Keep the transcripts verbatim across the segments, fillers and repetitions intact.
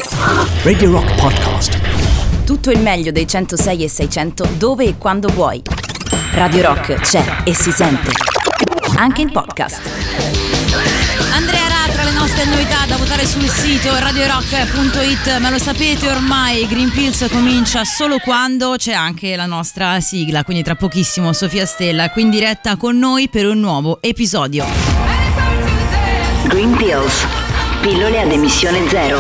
Radio Rock Podcast. Tutto il meglio dei centosei e seicento dove e quando vuoi. Radio Rock c'è e si sente anche in podcast. Andrea Ra tra le nostre novità da votare sul sito radio rock punto it, ma lo sapete ormai, Green Pills comincia solo quando c'è anche la nostra sigla, quindi tra pochissimo Sofia Stella qui in diretta con noi per un nuovo episodio. Green Pills, pillole ad emissione zero.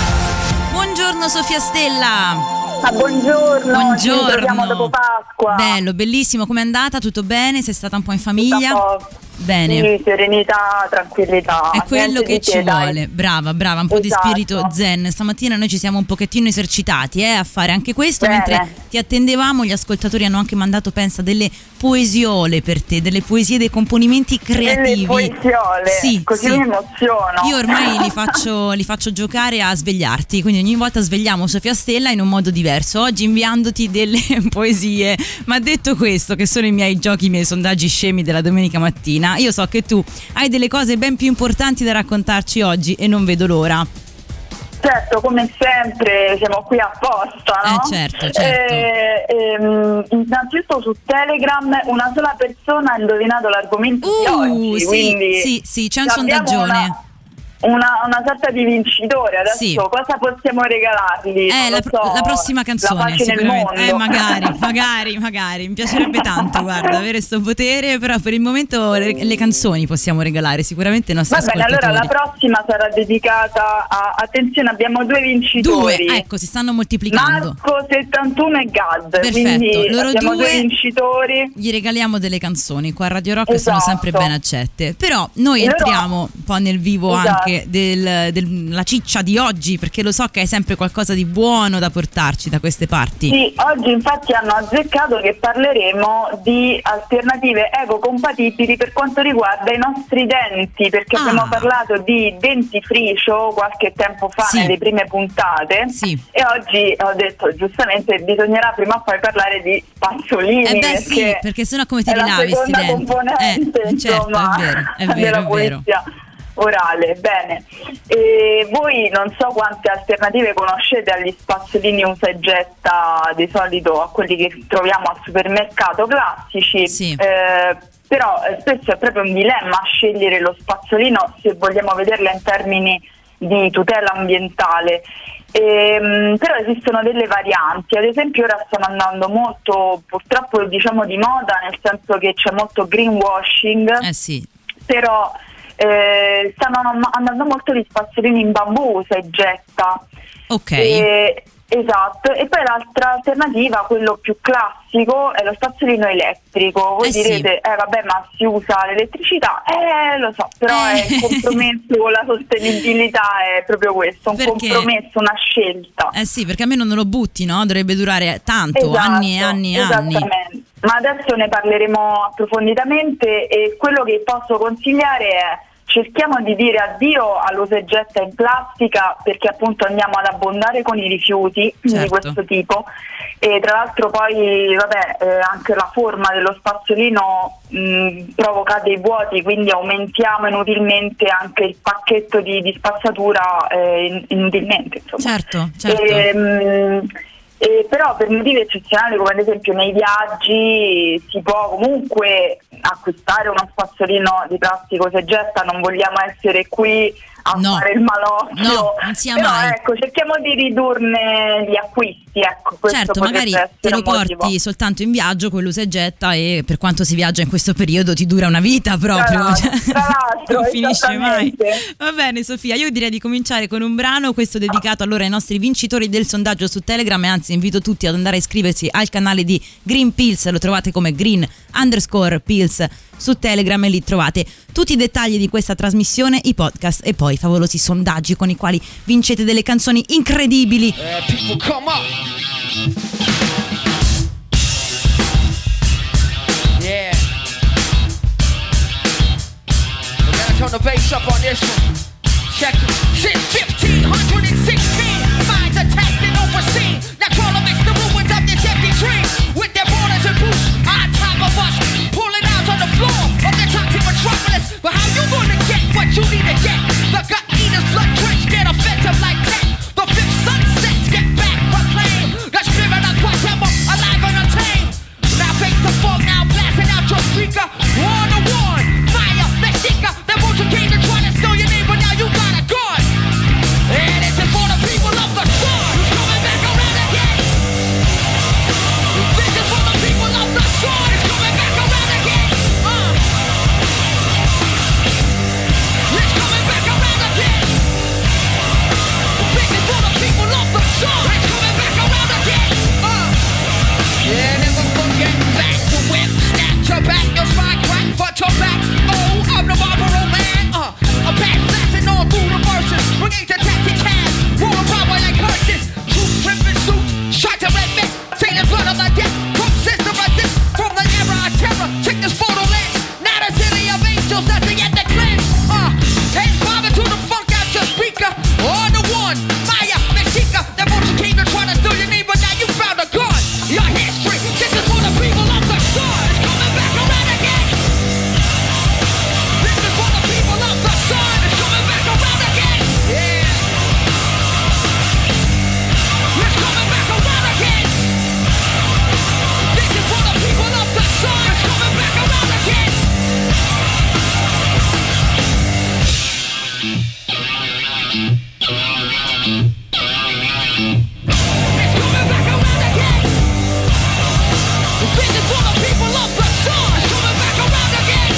Buongiorno Sofia Stella. Ah, buongiorno, Buongiorno. ci ritroviamo dopo Pasqua. Bello, bellissimo, com'è andata? Tutto bene? Sei stata un po' in famiglia? Tutto Bene. Sì, serenità, tranquillità. È quello che ci vuole, brava, brava, un po' Esatto. di spirito zen. Stamattina noi ci siamo un pochettino esercitati eh, a fare anche questo. Bene. Mentre ti attendevamo, gli ascoltatori hanno anche mandato, pensa, delle poesiole per te, delle poesie, dei componimenti creativi. Delle poesiole, sì, così sì. mi emoziono. Io ormai li faccio, li faccio giocare a svegliarti, quindi ogni volta svegliamo Sofia Stella in un modo diverso. Oggi inviandoti delle poesie. Ma detto questo, che sono i miei giochi, i miei sondaggi scemi della domenica mattina, io so che tu hai delle cose ben più importanti da raccontarci oggi e non vedo l'ora. Certo, come sempre siamo qui apposta, no? Eh certo, certo. Eh, ehm, innanzitutto su Telegram una sola persona ha indovinato l'argomento Uh, di oggi, sì, quindi sì, sì, c'è un abbiamo sondaggione. Una, una, una sorta di vincitore. Adesso Sì. cosa possiamo regalargli? Eh, Non la, lo so, la prossima canzone la pace nel sicuramente. mondo. Eh, magari, magari, magari. Mi piacerebbe tanto, guarda, avere sto potere, però per il momento le, le canzoni possiamo regalare sicuramente ai nostri Va bene, ascoltatori. allora la prossima sarà dedicata a, attenzione, abbiamo due vincitori. Due, ecco, si stanno moltiplicando. Marco settantuno e Gad. Perfetto, Quindi loro abbiamo due due vincitori. Gli regaliamo delle canzoni, qua a Radio Rock sono Esatto. sempre ben accette. Però noi Loro- entriamo un po' nel vivo Esatto. anche del, della ciccia di oggi, perché lo so che hai sempre qualcosa di buono da portarci da queste parti. Sì, oggi infatti hanno azzeccato che parleremo di alternative ecocompatibili per quanto riguarda i nostri denti, perché Ah. abbiamo parlato di dentifricio qualche tempo fa Sì. nelle prime puntate. Sì. E oggi ho detto giustamente bisognerà prima o poi parlare di spazzolini, Eh beh sì, perché perché sennò come ti è la rilavi sti seconda denti? componente, Eh, certo, insomma, è vero, è vero, della è vero. poesia orale. Bene, e voi non so quante alternative conoscete agli spazzolini usa e getta di solito, a quelli che troviamo al supermercato classici. Sì. Eh, però eh, spesso è proprio un dilemma scegliere lo spazzolino se vogliamo vederla in termini di tutela ambientale. Ehm, però esistono delle varianti, ad esempio ora stanno andando molto, purtroppo diciamo di moda, nel senso che c'è molto greenwashing, Eh sì. però eh, stanno andando molto gli spazzolini in bambù, usa e getta. Ok. E, esatto, e poi l'altra alternativa, quello più classico, è lo spazzolino elettrico. Voi Eh sì. direte, eh vabbè, ma si usa l'elettricità? Eh, lo so, però Eh. è il compromesso con la sostenibilità, è proprio questo, un Perché? compromesso, una scelta. Eh sì, perché almeno non lo butti, no? Dovrebbe durare tanto, Esatto, anni e anni e anni. esattamente. Ma adesso ne parleremo approfonditamente e quello che posso consigliare è: cerchiamo di dire addio all'usa e getta in plastica, perché appunto andiamo ad abbondare con i rifiuti Certo. di questo tipo, e tra l'altro poi vabbè eh, anche la forma dello spazzolino mh, provoca dei vuoti, quindi aumentiamo inutilmente anche il pacchetto di, di spazzatura eh, inutilmente, insomma. Certo, certo. Ehm, Eh, però per motivi eccezionali, come ad esempio nei viaggi, si può comunque acquistare uno spazzolino di plastico se getta, non vogliamo essere qui a No. fare il malocchio, No, non sia però mai. ecco, cerchiamo di ridurne gli acquisti, ecco, questo Certo, potrebbe magari essere te lo un motivo. porti soltanto in viaggio, quello usa e getta, e per quanto si viaggia in questo periodo ti dura una vita proprio. Tra cioè, l'altro, tra l'altro, non finisce mai. esattamente. Va bene Sofia, io direi di cominciare con un brano, questo dedicato allora ai nostri vincitori del sondaggio su Telegram, e anzi invito tutti ad andare a iscriversi al canale di Green Pills, lo trovate come green underscore pills su Telegram e lì trovate tutti i dettagli di questa trasmissione, i podcast e poi i favolosi sondaggi con i quali vincete delle canzoni incredibili. Uh, people come up. Yeah. We're gonna turn the bass up on this one. Check it. Since fifteen sixteen, minds attacked and overseen. Now crawl amidst the ruins of this empty dream. With their borders and boots on top of us, pulling out on the floor of the toxic metropolis. But how you gonna get what you need to get? The gut eaters, blood drenched, get offensive like tech. The fix another death from system resist from the era of terror. Check this photo lens. Not a city of angels, nothing at the cleanse. Uh, and father to the funk out your speaker. Or the one, Maya, Mexica. That motion came to try to steal your name, but now you found a gun. Your history, this is for the people of the sun. It's coming back around again. This is for the people of the sun. It's coming back around again. Yeah. It's coming back around again. This is for the people of the sun. It's coming back around again. It's coming back around again. This is for the people of the sun. It's coming back around again.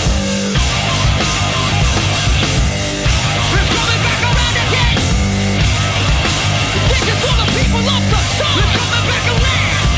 It's coming back around again. This is for the people of the sun. It's coming back around.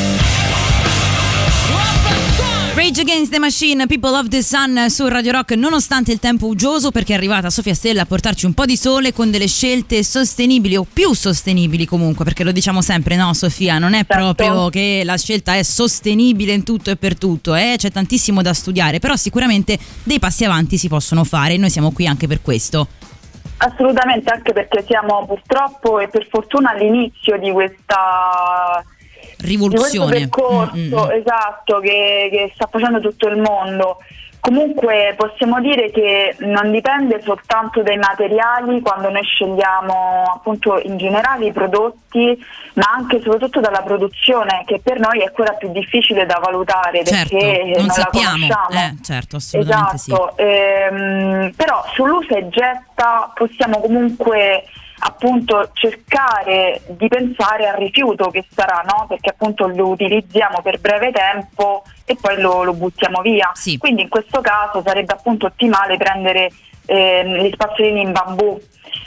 Of the sun. Rage Against the Machine, People of the Sun su Radio Rock, nonostante il tempo uggioso, perché è arrivata Sofia Stella a portarci un po' di sole con delle scelte sostenibili o più sostenibili comunque, perché lo diciamo sempre, no Sofia, non è Certo. proprio che la scelta è sostenibile in tutto e per tutto, eh? C'è tantissimo da studiare, però sicuramente dei passi avanti si possono fare e noi siamo qui anche per questo. Assolutamente, anche perché siamo purtroppo e per fortuna all'inizio di questa di questo Rivoluzione. percorso, Mm, mm, mm. esatto, che, che sta facendo tutto il mondo. Comunque possiamo dire che non dipende soltanto dai materiali quando noi scegliamo appunto in generale i prodotti, ma anche e soprattutto dalla produzione, che per noi è quella più difficile da valutare, Certo, perché non non sappiamo. la conosciamo. Eh, certo, assolutamente Esatto, ehm, però sull'usa e getta possiamo comunque appunto cercare di pensare al rifiuto che sarà, no? Perché appunto lo utilizziamo per breve tempo e poi lo, lo buttiamo via. Sì. Quindi in questo caso sarebbe appunto ottimale prendere ehm, gli spazzolini in bambù.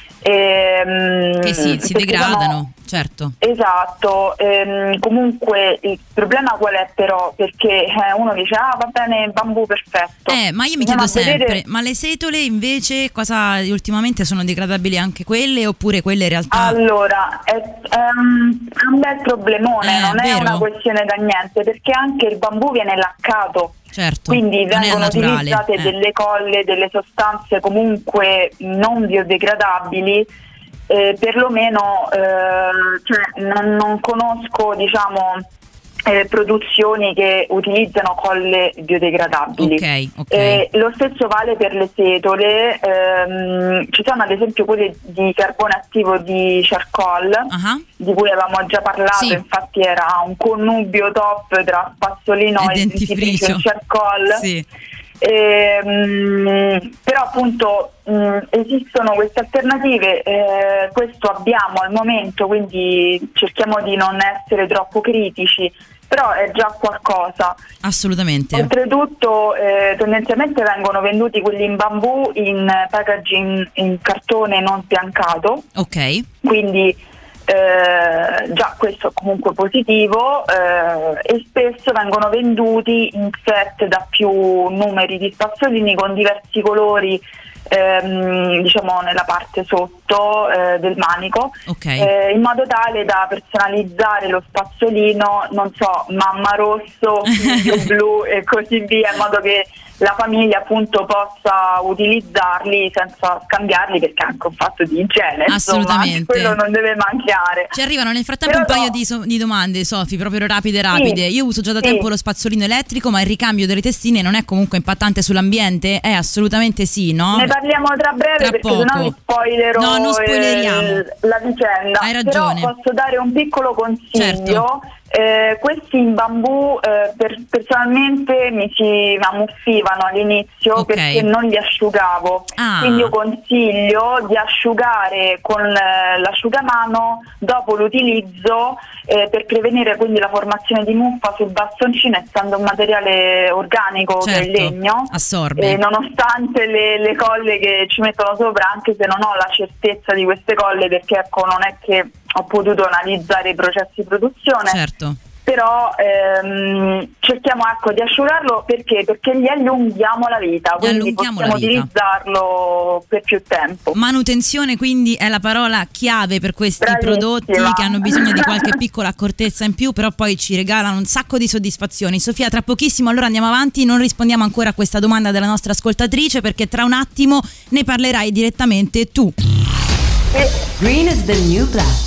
Ehm, Che si, si perché degradano, sono- certo. Esatto, ehm, comunque il problema qual è però? Perché eh, uno dice ah va bene bambù perfetto. Eh, ma io mi Andiamo chiedo a vedere- sempre, ma le setole invece cosa ultimamente sono degradabili anche quelle oppure quelle in realtà? Allora, è, è un, è un bel problemone, Eh, non è vero? una questione da niente, perché anche il bambù viene laccato, Certo, quindi non è vengono naturale. utilizzate eh. delle colle, delle sostanze comunque non biodegradabili, eh, perlomeno eh, cioè, non, non conosco diciamo eh, produzioni che utilizzano colle biodegradabili. Ok, ok. Eh, lo stesso vale per le setole, ehm, ci sono ad esempio quelle di carbone attivo di charcoal, Ah, di cui avevamo già parlato, Sì. infatti era un connubio top tra spazzolino E e dentifricio dentifricio. in charcoal. sì. Ehm, però appunto mh, esistono queste alternative, eh, questo abbiamo al momento, quindi cerchiamo di non essere troppo critici, però è già qualcosa. Assolutamente. Oltretutto eh, tendenzialmente vengono venduti quelli in bambù in packaging in cartone non sbiancato, Ok. quindi eh, già questo è comunque positivo, eh, e spesso vengono venduti in set da più numeri di spazzolini con diversi colori, ehm, diciamo nella parte sotto eh, del manico, Ok. eh, in modo tale da personalizzare lo spazzolino, non so, mamma rosso, figlio blu e così via, in modo che la famiglia appunto possa utilizzarli senza scambiarli, perché è anche un fatto di igiene, insomma, Assolutamente. anche quello non deve mancare. Ci arrivano nel frattempo Però un paio no. di, so- di domande, Sofi, proprio rapide rapide. Io uso già da sì. tempo lo spazzolino elettrico, ma il ricambio delle testine non è comunque impattante sull'ambiente? Eh, assolutamente sì, no? Ne parliamo tra breve, Tra perché poco. sennò vi spoilerò No, non spoileriamo. eh, la vicenda. Hai ragione. Però posso dare un piccolo consiglio. Certo. Eh, questi in bambù eh, per, personalmente mi si ammuffivano all'inizio, Ok. perché non li asciugavo. Ah. Quindi io consiglio di asciugare con eh, l'asciugamano dopo l'utilizzo, eh, per prevenire quindi la formazione di muffa sul bastoncino, essendo un materiale organico che è il Certo, legno. assorbe. Eh, nonostante le, le colle che ci mettono sopra, anche se non ho la certezza di queste colle, perché ecco non è che ho potuto analizzare i processi di produzione, Certo. però ehm, cerchiamo ecco di asciugarlo perché perché gli allunghiamo la vita, Gli quindi allunghiamo possiamo la vita. utilizzarlo per più tempo. Manutenzione quindi è la parola chiave per questi Bravissima. prodotti che hanno bisogno di qualche piccola accortezza in più, però poi ci regalano un sacco di soddisfazioni. Sofia, tra pochissimo allora andiamo avanti, non rispondiamo ancora a questa domanda della nostra ascoltatrice perché tra un attimo ne parlerai direttamente tu. Green is the new black.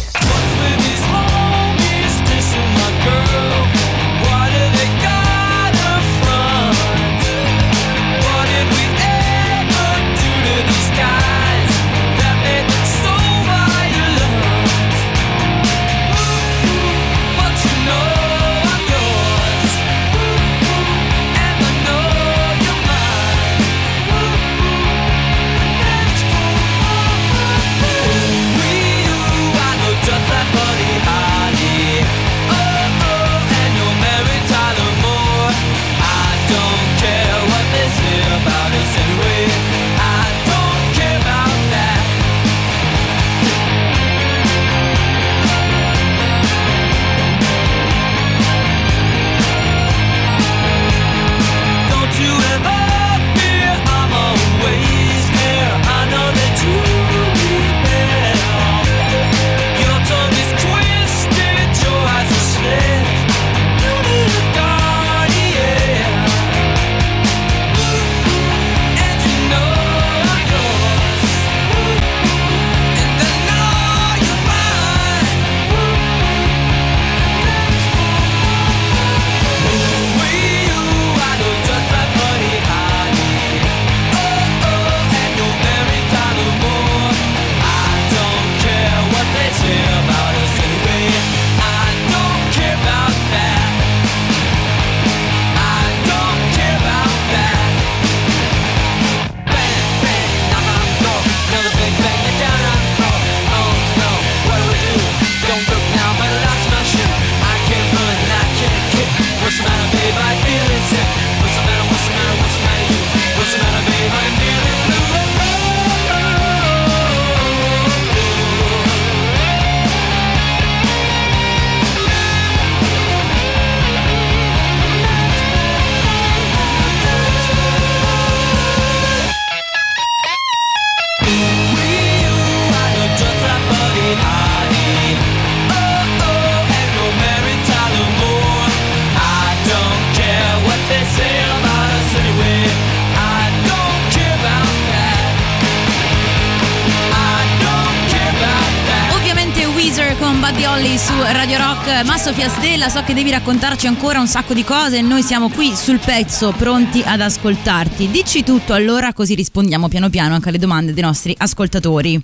Buddy Holly su Radio Rock. Ma Sofia Stella, so che devi raccontarci ancora un sacco di cose e noi siamo qui sul pezzo pronti ad ascoltarti. Dici tutto allora, così rispondiamo piano piano anche alle domande dei nostri ascoltatori.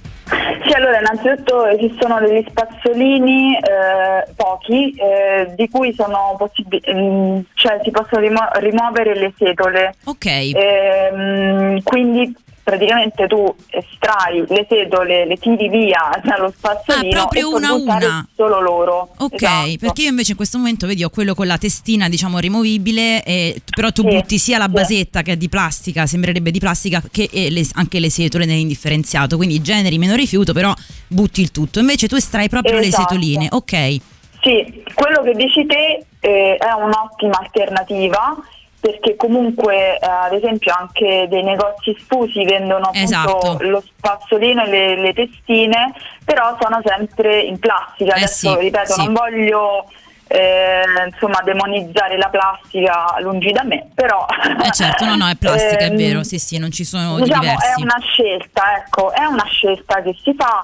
Sì, allora innanzitutto esistono degli spazzolini, eh, pochi, eh, di cui sono possibili, mh, cioè si possono rimo- rimuovere le setole. Ok. Eh, mh, quindi praticamente tu estrai le setole, le tiri via dallo spazzolino. Ah, proprio e puoi una a buttare una. Solo loro. Ok, Esatto. perché io invece in questo momento vedi ho quello con la testina diciamo rimovibile, e, però tu Sì, butti sia la sì. basetta che è di plastica, sembrerebbe di plastica, che e le, anche le setole nell'indifferenziato, quindi generi meno rifiuto però butti il tutto. Invece tu estrai proprio Esatto. le setoline. Ok. Sì, quello che dici te eh, è un'ottima alternativa, perché comunque eh, ad esempio anche dei negozi sfusi vendono appunto Esatto. lo spazzolino e le, le testine, però sono sempre in plastica. Eh Adesso sì, ripeto, sì. non voglio eh, insomma demonizzare la plastica, lungi da me, però Eh certo, no no, è plastica, è ehm, vero, sì sì, non ci sono diciamo diversi. è una scelta, ecco, è una scelta che si fa.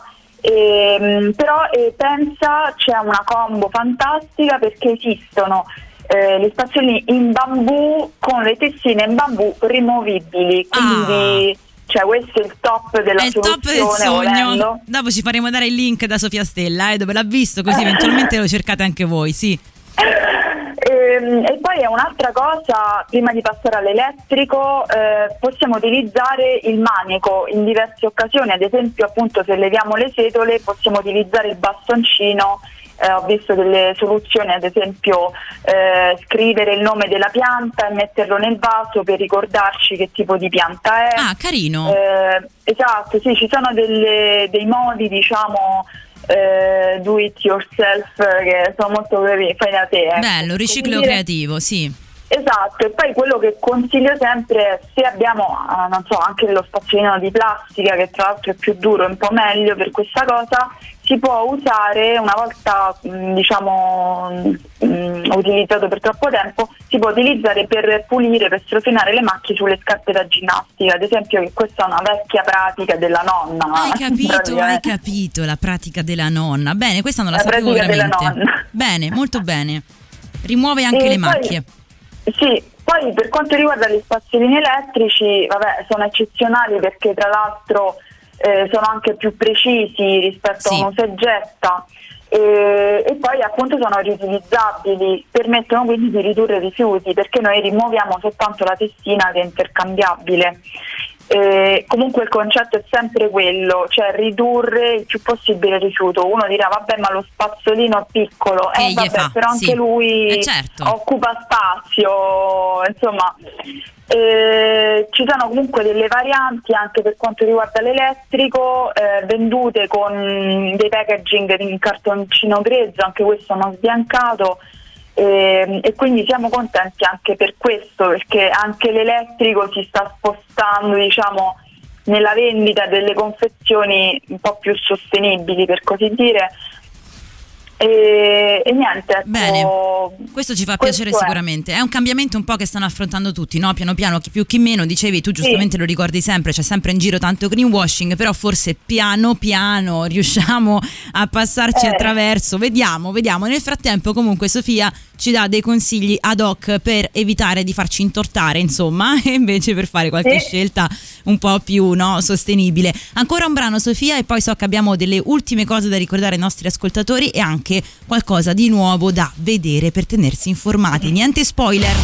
Ehm, però eh, pensa, c'è una combo fantastica, perché esistono eh, gli spazzolini in bambù con le testine in bambù rimovibili, quindi cioè questo è il top della È il top del soluzione, sogno. volendo. Dopo ci faremo dare il link da Sofia Stella, eh, dove l'ha visto, così eventualmente lo cercate anche voi, sì. Ehm, E poi è un'altra cosa, prima di passare all'elettrico, eh, possiamo utilizzare il manico in diverse occasioni, ad esempio appunto se leviamo le setole possiamo utilizzare il bastoncino. Eh, ho visto delle soluzioni, ad esempio eh, scrivere il nome della pianta e metterlo nel vaso per ricordarci che tipo di pianta è. Ah, carino. Eh, esatto, sì, ci sono delle, dei modi, diciamo, eh, eh, do it yourself, che sono molto carini, fai da te. Ecco. Bello, riciclo Quindi, creativo, sì. Esatto, e poi quello che consiglio sempre è, se abbiamo, eh, non so, anche lo spazzolino di plastica, che tra l'altro è più duro, è un po' meglio per questa cosa, si può usare una volta mh, diciamo mh, utilizzato per troppo tempo, si può utilizzare per pulire, per strofinare le macchie sulle scarpe da ginnastica, ad esempio, che questa è una vecchia pratica della nonna. Hai capito, hai capito, la pratica della nonna. Bene, questa non la, la sapevo pratica veramente. Della nonna. Bene, molto bene. Rimuove anche e le poi, macchie. Sì, poi per quanto riguarda gli spazzolini elettrici, vabbè, sono eccezionali perché tra l'altro eh, sono anche più precisi rispetto sì. a un usa e getta, e, e poi appunto sono riutilizzabili, permettono quindi di ridurre i rifiuti, perché noi rimuoviamo soltanto la testina che è intercambiabile. Eh, comunque il concetto è sempre quello, cioè ridurre il più possibile il rifiuto. Uno dirà vabbè, ma lo spazzolino è piccolo, che eh, vabbè, fa? però anche sì. lui eh, certo. occupa spazio, insomma. Eh, ci sono comunque delle varianti anche per quanto riguarda l'elettrico, eh, vendute con dei packaging in cartoncino grezzo, anche questo non sbiancato. E, e quindi siamo contenti anche per questo, perché anche l'elettrico si sta spostando, diciamo, nella vendita delle confezioni un po' più sostenibili, per così dire. E, e niente, ecco, bene, questo ci fa piacere sicuramente. È. è un cambiamento un po' che stanno affrontando tutti, no? Piano piano, chi più chi meno. Dicevi tu, giustamente, sì. Lo ricordi sempre, c'è sempre in giro tanto greenwashing, però forse piano piano riusciamo a passarci eh. attraverso. Vediamo, vediamo. Nel frattempo comunque Sofia ci dà dei consigli ad hoc per evitare di farci intortare, insomma, e invece per fare qualche sì. scelta un po' più, no, sostenibile. Ancora un brano, Sofia, e poi so che abbiamo delle ultime cose da ricordare ai nostri ascoltatori e anche qualcosa di nuovo da vedere per tenersi informati. Niente spoiler.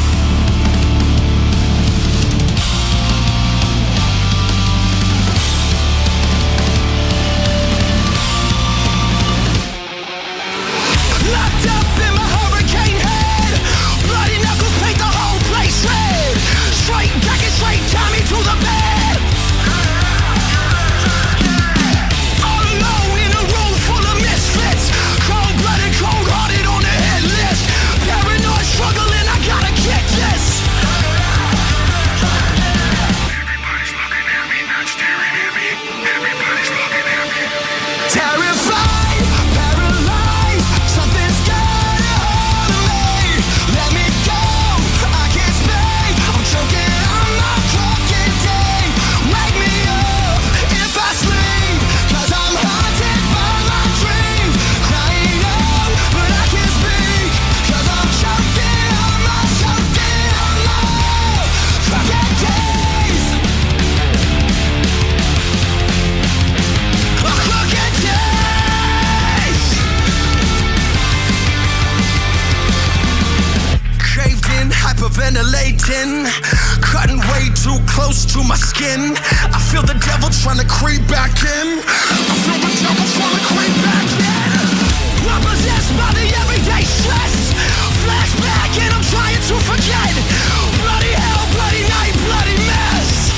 Ventilating, cutting way too close to my skin. I feel the devil trying to creep back in. I feel the devil trying to creep back in. I'm possessed by the everyday stress. Flashback and I'm trying to forget. Bloody hell, bloody night, bloody mess.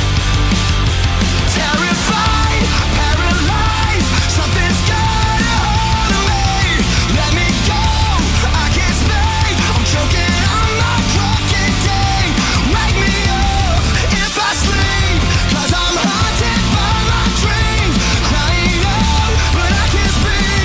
Terrified, paralyzed, something's got a hold of me. Let me go, I can't stay. I'm choking. Cause I'm haunted by my dreams, crying out, but I can't speak.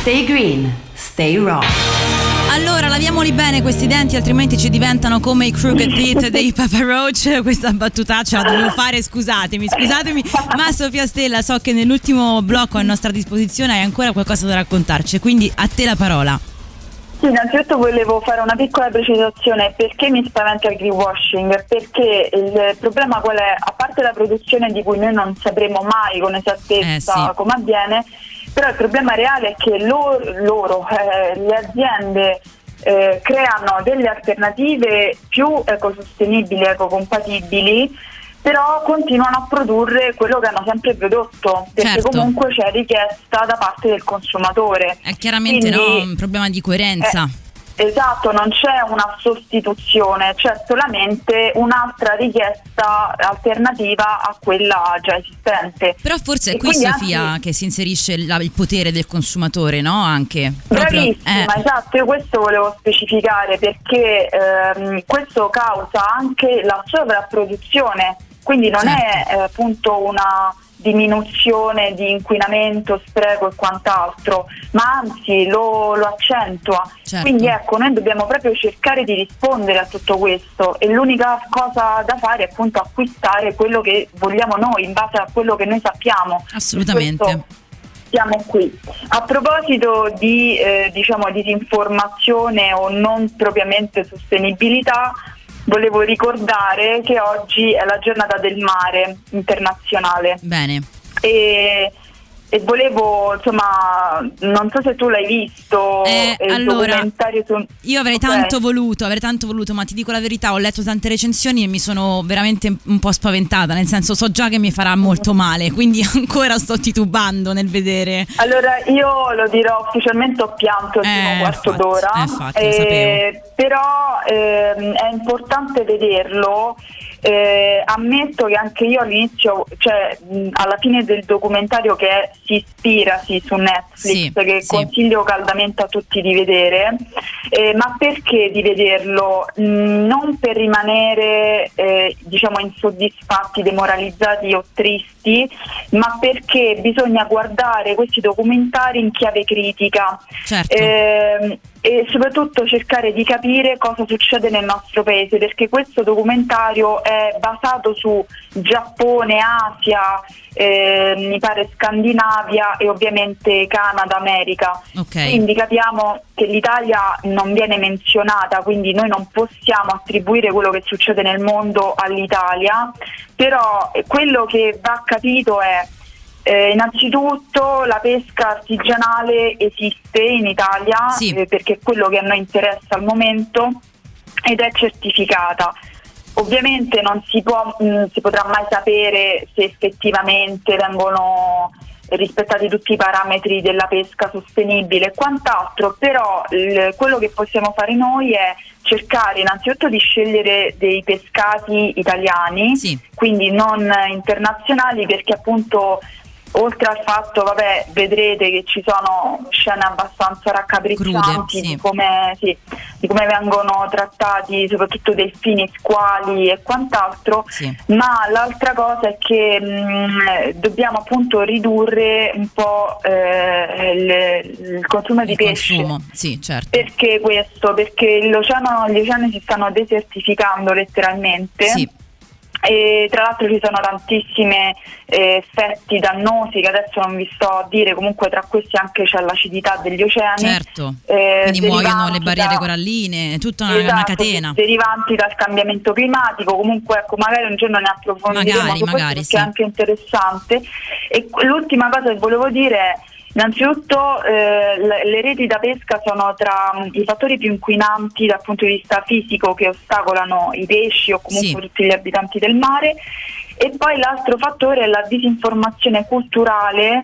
Stay green, stay raw. Allora, laviamoli bene questi denti, altrimenti ci diventano come i crooked teeth dei Papa Roach. Questa battutaccia la dovevo fare, scusatemi, scusatemi. Ma Sofia Stella, so che nell'ultimo blocco a nostra disposizione hai ancora qualcosa da raccontarci, quindi a te la parola. Sì, innanzitutto volevo fare una piccola precisazione. Perché mi spaventa il greenwashing? Perché il problema qual è? A parte la produzione di cui noi non sapremo mai con esattezza Eh, sì. come avviene, però il problema reale è che loro, loro eh, le aziende eh, creano delle alternative più ecosostenibili, ecocompatibili, però continuano a produrre quello che hanno sempre prodotto, perché Certo. comunque c'è richiesta da parte del consumatore. È chiaramente Quindi, no, un problema di coerenza. eh, Esatto, non c'è una sostituzione, c'è solamente un'altra richiesta alternativa a quella già esistente. Però forse è E qui, quindi Sofia, anche- che si inserisce la- il potere del consumatore, no? Anche proprio, Bravissima, eh, esatto, io questo volevo specificare perché ehm, questo causa anche la sovrapproduzione, quindi non Certo. è eh, appunto una diminuzione di inquinamento, spreco e quant'altro, ma anzi lo, lo accentua. Certo. Quindi ecco, noi dobbiamo proprio cercare di rispondere a tutto questo e l'unica cosa da fare è appunto acquistare quello che vogliamo noi in base a quello che noi sappiamo. Assolutamente. Per questo siamo qui. A proposito di eh, diciamo disinformazione o non propriamente sostenibilità, volevo ricordare che oggi è la giornata del mare internazionale Bene. e, e volevo, insomma, non so se tu l'hai visto, Eh, il allora, documentario su... Io avrei Ok. tanto voluto, avrei tanto voluto, ma ti dico la verità, ho letto tante recensioni e mi sono veramente un po' spaventata, nel senso so già che mi farà molto male, quindi ancora sto titubando nel vedere. Allora io lo dirò ufficialmente, ho pianto il Eh, primo quarto infatti, d'ora, eh, infatti, lo sapevo. però ehm, è importante vederlo. Eh, ammetto che anche io all'inizio, cioè mh, alla fine del documentario che è, si ispira sì, su Netflix, Sì, che sì. consiglio caldamente a tutti di vedere, eh, ma perché di vederlo? Mh, non per rimanere eh, diciamo insoddisfatti, demoralizzati o tristi, ma perché bisogna guardare questi documentari in chiave critica. Certo. Ehm, e soprattutto cercare di capire cosa succede nel nostro paese, perché questo documentario è basato su Giappone, Asia, eh, mi pare Scandinavia e ovviamente Canada, America. Ok. Quindi capiamo che l'Italia non viene menzionata, quindi noi non possiamo attribuire quello che succede nel mondo all'Italia, però quello che va capito è Eh, innanzitutto la pesca artigianale esiste in Italia, Sì. eh, perché è quello che a noi interessa al momento ed è certificata. Ovviamente non si può, mh, si potrà mai sapere se effettivamente vengono rispettati tutti i parametri della pesca sostenibile e quant'altro, però il, quello che possiamo fare noi è cercare innanzitutto di scegliere dei pescati italiani, Sì. quindi non internazionali, perché appunto oltre al fatto, vabbè, vedrete che ci sono scene abbastanza raccapriccianti Crude, sì. di come sì, di come vengono trattati soprattutto delfini, squali e quant'altro, Sì. ma l'altra cosa è che mh, dobbiamo appunto ridurre un po' eh, il, il consumo di Il pesce. consumo, sì, certo. Perché questo? Perché l'oceano, gli oceani si stanno desertificando letteralmente. Sì. E tra l'altro ci sono tantissimi eh, effetti dannosi che adesso non vi sto a dire, comunque tra questi anche c'è l'acidità degli oceani. Certo. eh, Quindi muoiono le derivanti barriere da- coralline, tutta una, Esatto, una catena. derivanti dal cambiamento climatico. Comunque ecco, magari un giorno ne approfondiremo Magari, su questo, magari, perché sì. è anche interessante. E l'ultima cosa che volevo dire è innanzitutto eh, le, le reti da pesca sono tra mh, i fattori più inquinanti dal punto di vista fisico che ostacolano i pesci o comunque Sì. tutti gli abitanti del mare, e poi l'altro fattore è la disinformazione culturale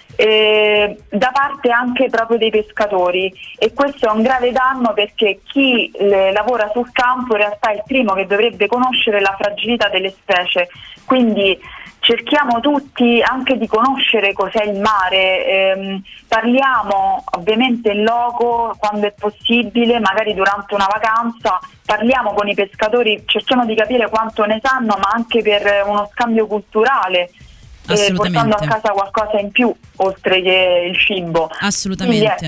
eh, da parte anche proprio dei pescatori, e questo è un grave danno perché chi le, lavora sul campo in realtà è il primo che dovrebbe conoscere la fragilità delle specie, quindi cerchiamo tutti anche di conoscere cos'è il mare, ehm, parliamo ovviamente in loco quando è possibile, magari durante una vacanza, parliamo con i pescatori, cerchiamo di capire quanto ne sanno, ma anche per uno scambio culturale, eh, portando a casa qualcosa in più oltre che il cibo. Assolutamente. Quindi,